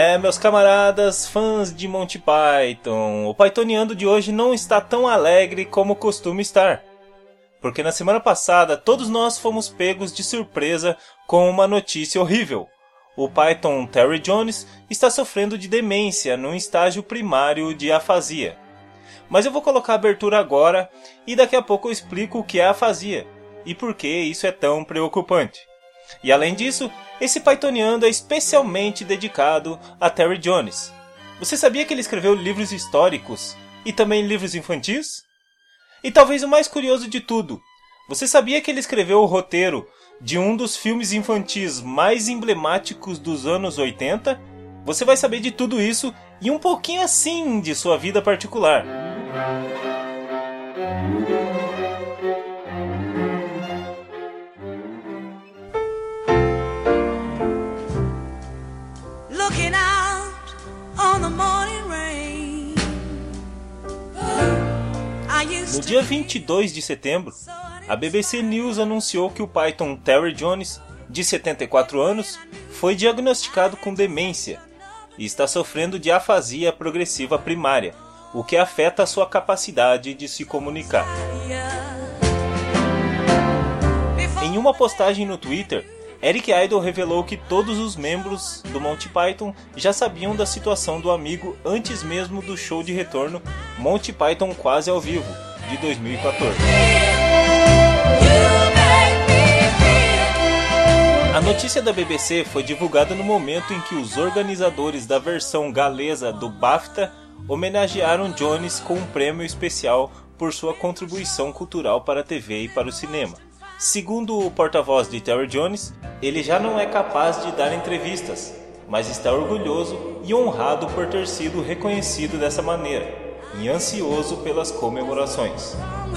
Meus camaradas, fãs de Monty Python, o Pythoniano de hoje não está tão alegre como costuma estar. Porque na semana passada todos nós fomos pegos de surpresa com uma notícia horrível. O Python Terry Jones está sofrendo de demência num estágio primário de afasia. Mas eu vou colocar a abertura agora e daqui a pouco eu explico o que é afasia e por que isso é tão preocupante. E além disso, esse Pythoniano é especialmente dedicado a Terry Jones. Você sabia que ele escreveu livros históricos e também livros infantis? E talvez o mais curioso de tudo, você sabia que ele escreveu o roteiro de um dos filmes infantis mais emblemáticos dos anos 80? Você vai saber de tudo isso e um pouquinho assim de sua vida particular. Looking out on the morning rain. No dia 22 de setembro, a BBC News anunciou que o Python Terry Jones, de 74 anos, foi diagnosticado com demência e está sofrendo de afasia progressiva primária, o que afeta a sua capacidade de se comunicar. Em uma postagem no Twitter, Eric Idle revelou que todos os membros do Monty Python já sabiam da situação do amigo antes mesmo do show de retorno Monty Python Quase ao Vivo, de 2014. A notícia da BBC foi divulgada no momento em que os organizadores da versão galesa do BAFTA homenagearam Jones com um prêmio especial por sua contribuição cultural para a TV e para o cinema. Segundo o porta-voz de Terry Jones, ele já não é capaz de dar entrevistas, mas está orgulhoso e honrado por ter sido reconhecido dessa maneira, e ansioso pelas comemorações.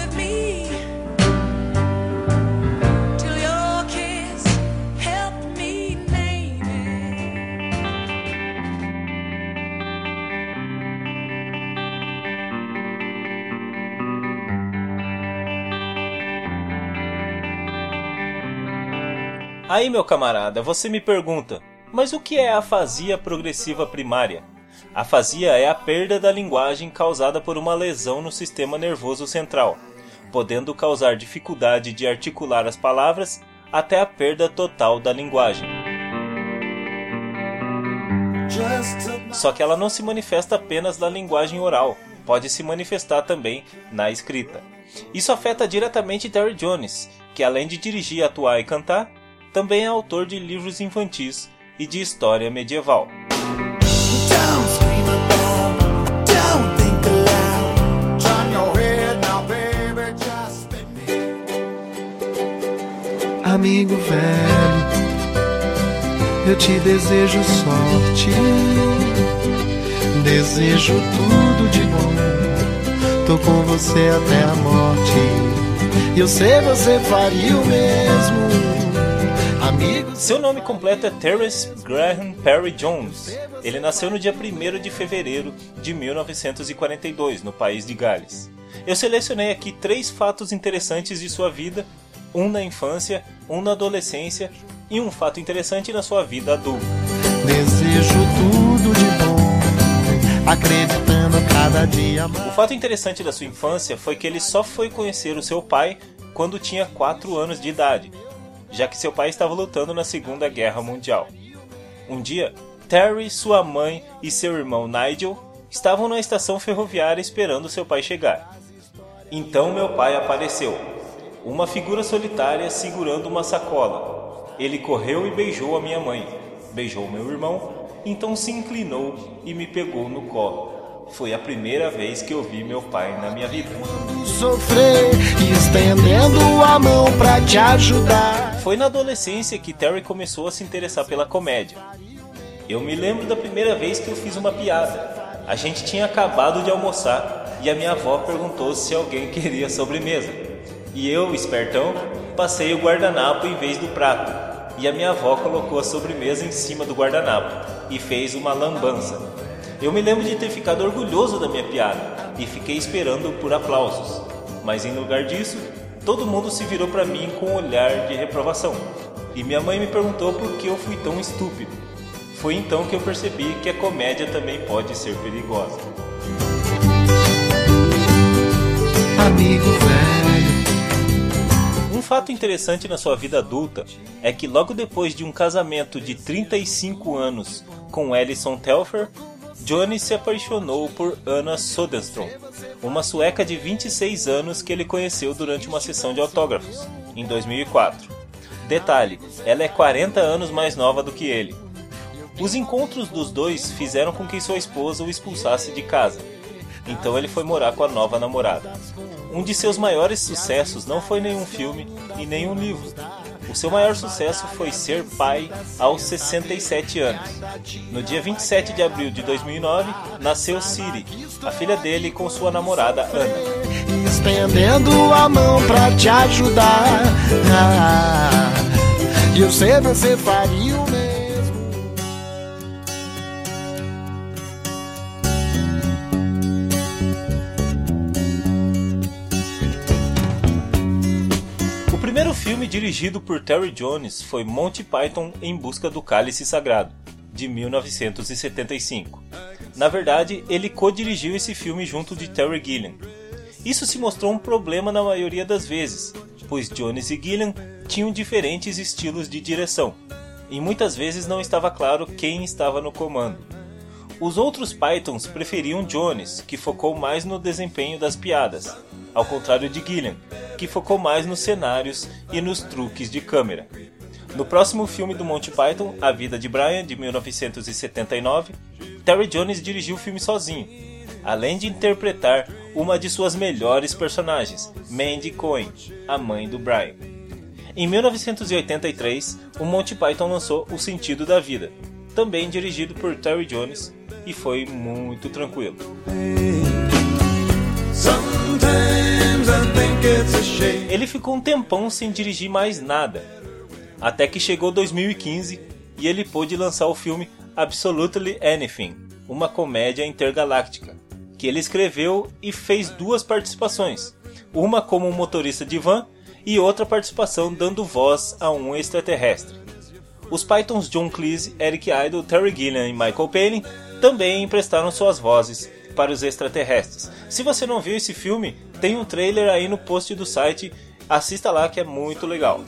Aí, meu camarada, você me pergunta, mas o que é afasia progressiva primária? Afasia é a perda da linguagem causada por uma lesão no sistema nervoso central, podendo causar dificuldade de articular as palavras até a perda total da linguagem. Só que ela não se manifesta apenas na linguagem oral, pode se manifestar também na escrita. Isso afeta diretamente Terry Jones, que além de dirigir, atuar e cantar, também é autor de livros infantis e de história medieval. Amigo velho, eu te desejo sorte, desejo tudo de bom, tô com você até a morte, eu sei você faria o mesmo. Seu nome completo é Terence Graham Perry Jones. Ele nasceu no dia 1º de fevereiro de 1942, no país de Gales. Eu selecionei aqui 3 fatos interessantes de sua vida, um na infância, um na adolescência e um fato interessante na sua vida adulta. Desejo tudo de bom, acreditando cada dia mais. O fato interessante da sua infância foi que ele só foi conhecer o seu pai quando tinha 4 anos de idade, já que seu pai estava lutando na Segunda Guerra Mundial. Um dia, Terry, sua mãe e seu irmão Nigel estavam na estação ferroviária esperando seu pai chegar. Então meu pai apareceu, uma figura solitária segurando uma sacola. Ele correu e beijou a minha mãe, beijou meu irmão, então se inclinou e me pegou no colo. Foi a primeira vez que eu vi meu pai na minha vida. Sofrer, estendendo a mão pra te ajudar. Foi na adolescência que Terry começou a se interessar pela comédia. Eu me lembro da primeira vez que eu fiz uma piada. A gente tinha acabado de almoçar e a minha avó perguntou se alguém queria sobremesa. E eu, espertão, passei o guardanapo em vez do prato. E a minha avó colocou a sobremesa em cima do guardanapo e fez uma lambança. Eu me lembro de ter ficado orgulhoso da minha piada e fiquei esperando por aplausos. Mas em lugar disso, todo mundo se virou para mim com um olhar de reprovação. E minha mãe me perguntou por que eu fui tão estúpido. Foi então que eu percebi que a comédia também pode ser perigosa. Amigo velho. Um fato interessante na sua vida adulta é que logo depois de um casamento de 35 anos com Alison Telfer, Johnny se apaixonou por Anna Soderstrom, uma sueca de 26 anos que ele conheceu durante uma sessão de autógrafos, em 2004. Detalhe, ela é 40 anos mais nova do que ele. Os encontros dos dois fizeram com que sua esposa o expulsasse de casa, então ele foi morar com a nova namorada. Um de seus maiores sucessos não foi nenhum filme e nenhum livro. O seu maior sucesso foi ser pai aos 67 anos. No dia 27 de abril de 2009, nasceu Siri, a filha dele com sua namorada Ana. Estendendo a mão pra te ajudar. E eu sei você faria o mesmo. O primeiro filme dirigido por Terry Jones foi Monty Python em Busca do Cálice Sagrado, de 1975. Na verdade, ele co-dirigiu esse filme junto de Terry Gilliam. Isso se mostrou um problema na maioria das vezes, pois Jones e Gilliam tinham diferentes estilos de direção, e muitas vezes não estava claro quem estava no comando. Os outros Pythons preferiam Jones, que focou mais no desempenho das piadas, ao contrário de Gilliam, que focou mais nos cenários e nos truques de câmera. No próximo filme do Monty Python, A Vida de Brian, de 1979, Terry Jones dirigiu o filme sozinho, além de interpretar uma de suas melhores personagens, Mandy Cohen, a mãe do Brian. Em 1983, o Monty Python lançou O Sentido da Vida, também dirigido por Terry Jones, e foi muito tranquilo. Ele ficou um tempão sem dirigir mais nada, até que chegou 2015 e ele pôde lançar o filme Absolutely Anything, uma comédia intergaláctica, que ele escreveu e fez 2 participações, uma como um motorista de van e outra participação dando voz a um extraterrestre. Os Pythons John Cleese, Eric Idle, Terry Gilliam e Michael Palin também emprestaram suas vozes para os extraterrestres. Se você não viu esse filme, tem um trailer aí no post do site, assista lá que é muito legal.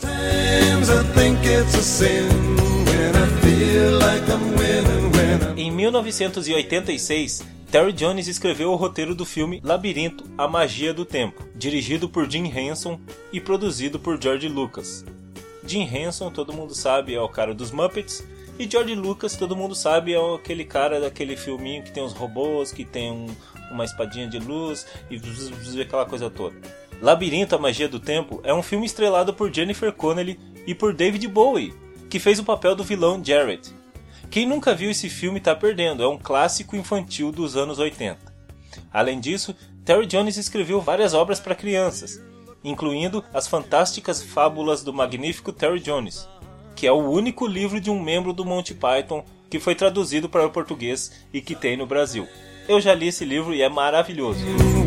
Em 1986, Terry Jones escreveu o roteiro do filme Labirinto, A Magia do Tempo, dirigido por Jim Henson e produzido por George Lucas. Jim Henson, todo mundo sabe, é o cara dos Muppets, e George Lucas, todo mundo sabe, é aquele cara daquele filminho que tem uns robôs, que tem uma espadinha de luz e aquela coisa toda. Labirinto, A Magia do Tempo é um filme estrelado por Jennifer Connelly e por David Bowie, que fez o papel do vilão Jared. Quem nunca viu esse filme tá perdendo, é um clássico infantil dos anos 80. Além disso, Terry Jones escreveu várias obras para crianças, incluindo As Fantásticas Fábulas do Magnífico Terry Jones, que é o único livro de um membro do Monty Python que foi traduzido para o português e que tem no Brasil. Eu já li esse livro e é maravilhoso.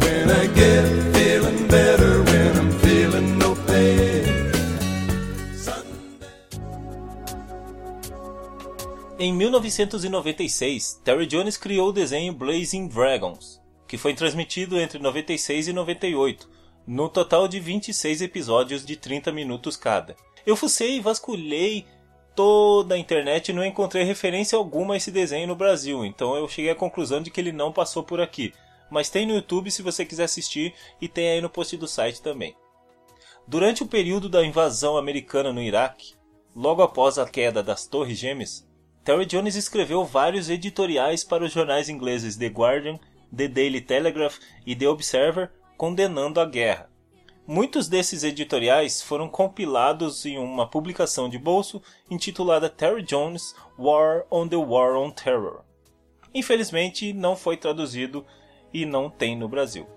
Em 1996, Terry Jones criou o desenho Blazing Dragons, que foi transmitido entre 96 e 98, no total de 26 episódios de 30 minutos cada. Eu fucei e vasculhei toda a internet e não encontrei referência alguma a esse desenho no Brasil, então eu cheguei à conclusão de que ele não passou por aqui. Mas tem no YouTube se você quiser assistir e tem aí no post do site também. Durante o período da invasão americana no Iraque, logo após a queda das Torres Gêmeas, Terry Jones escreveu vários editoriais para os jornais ingleses The Guardian, The Daily Telegraph e The Observer, condenando a guerra. Muitos desses editoriais foram compilados em uma publicação de bolso intitulada Terry Jones War on the War on Terror. Infelizmente não foi traduzido e não tem no Brasil.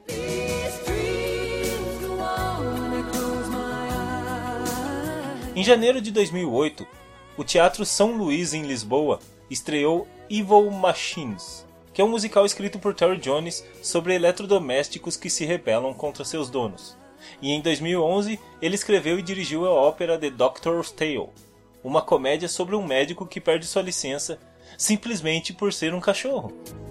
Em janeiro de 2008, o Teatro São Luís em Lisboa estreou Evil Machines, que é um musical escrito por Terry Jones sobre eletrodomésticos que se rebelam contra seus donos. E em 2011, ele escreveu e dirigiu a ópera The Doctor's Tale, uma comédia sobre um médico que perde sua licença simplesmente por ser um cachorro.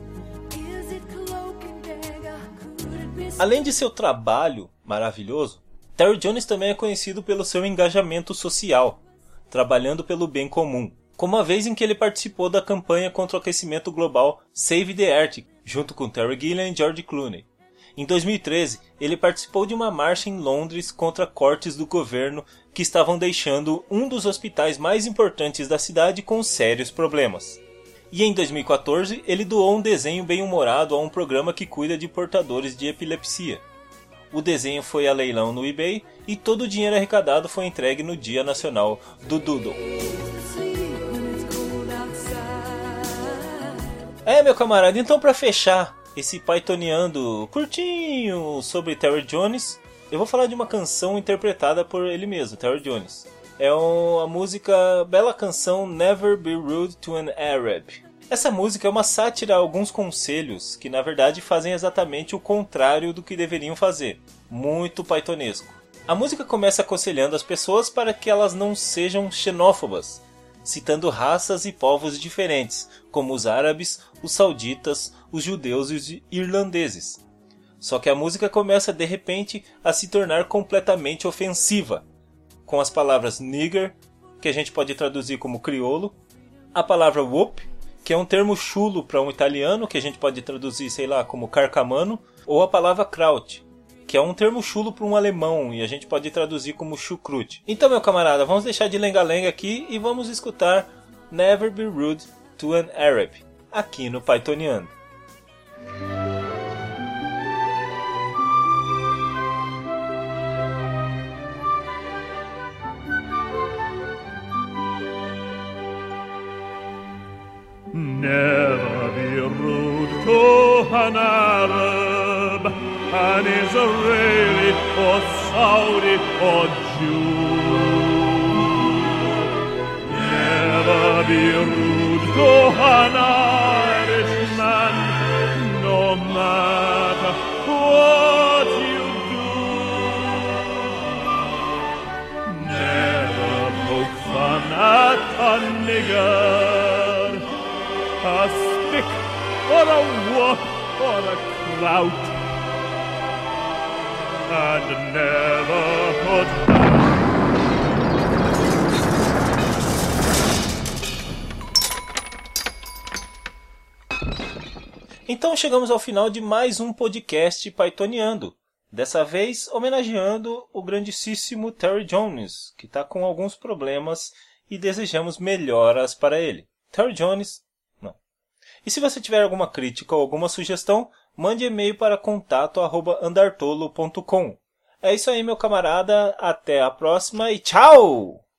Além de seu trabalho maravilhoso, Terry Jones também é conhecido pelo seu engajamento social, trabalhando pelo bem comum, como a vez em que ele participou da campanha contra o aquecimento global Save the Earth, junto com Terry Gilliam e George Clooney. Em 2013, ele participou de uma marcha em Londres contra cortes do governo que estavam deixando um dos hospitais mais importantes da cidade com sérios problemas. E em 2014, ele doou um desenho bem-humorado a um programa que cuida de portadores de epilepsia. O desenho foi a leilão no eBay e todo o dinheiro arrecadado foi entregue no Dia Nacional do Doodle. Meu camarada, então para fechar esse Pythoniando curtinho sobre Terry Jones, eu vou falar de uma canção interpretada por ele mesmo, Terry Jones. É a música, bela canção Never Be Rude to an Arab. Essa música é uma sátira a alguns conselhos que na verdade fazem exatamente o contrário do que deveriam fazer. Muito pythonesco. A música começa aconselhando as pessoas para que elas não sejam xenófobas, citando raças e povos diferentes, como os árabes, os sauditas, os judeus e os irlandeses. Só que a música começa de repente a se tornar completamente ofensiva, com as palavras nigger, que a gente pode traduzir como crioulo, a palavra whoop, que é um termo chulo para um italiano, que a gente pode traduzir, sei lá, como carcamano, ou a palavra kraut, que é um termo chulo para um alemão, e a gente pode traduzir como chucrute. Então, meu camarada, vamos deixar de lenga-lenga aqui e vamos escutar Never Be Rude to an Arab, aqui no Pythoniano. Never be rude to an Arab, an Israeli or Saudi or Jew. Never be rude to an Irishman, no matter what you do. Never poke fun at a nigger, a stick or a whoop or a clout, and never put down. Então chegamos ao final de mais um podcast Pythoniando. Dessa vez homenageando o grandíssimo Terry Jones, que está com alguns problemas e desejamos melhoras para ele. Terry Jones, não. E se você tiver alguma crítica ou alguma sugestão, mande e-mail para contato@andartolo.com. É isso aí, meu camarada. Até a próxima e tchau!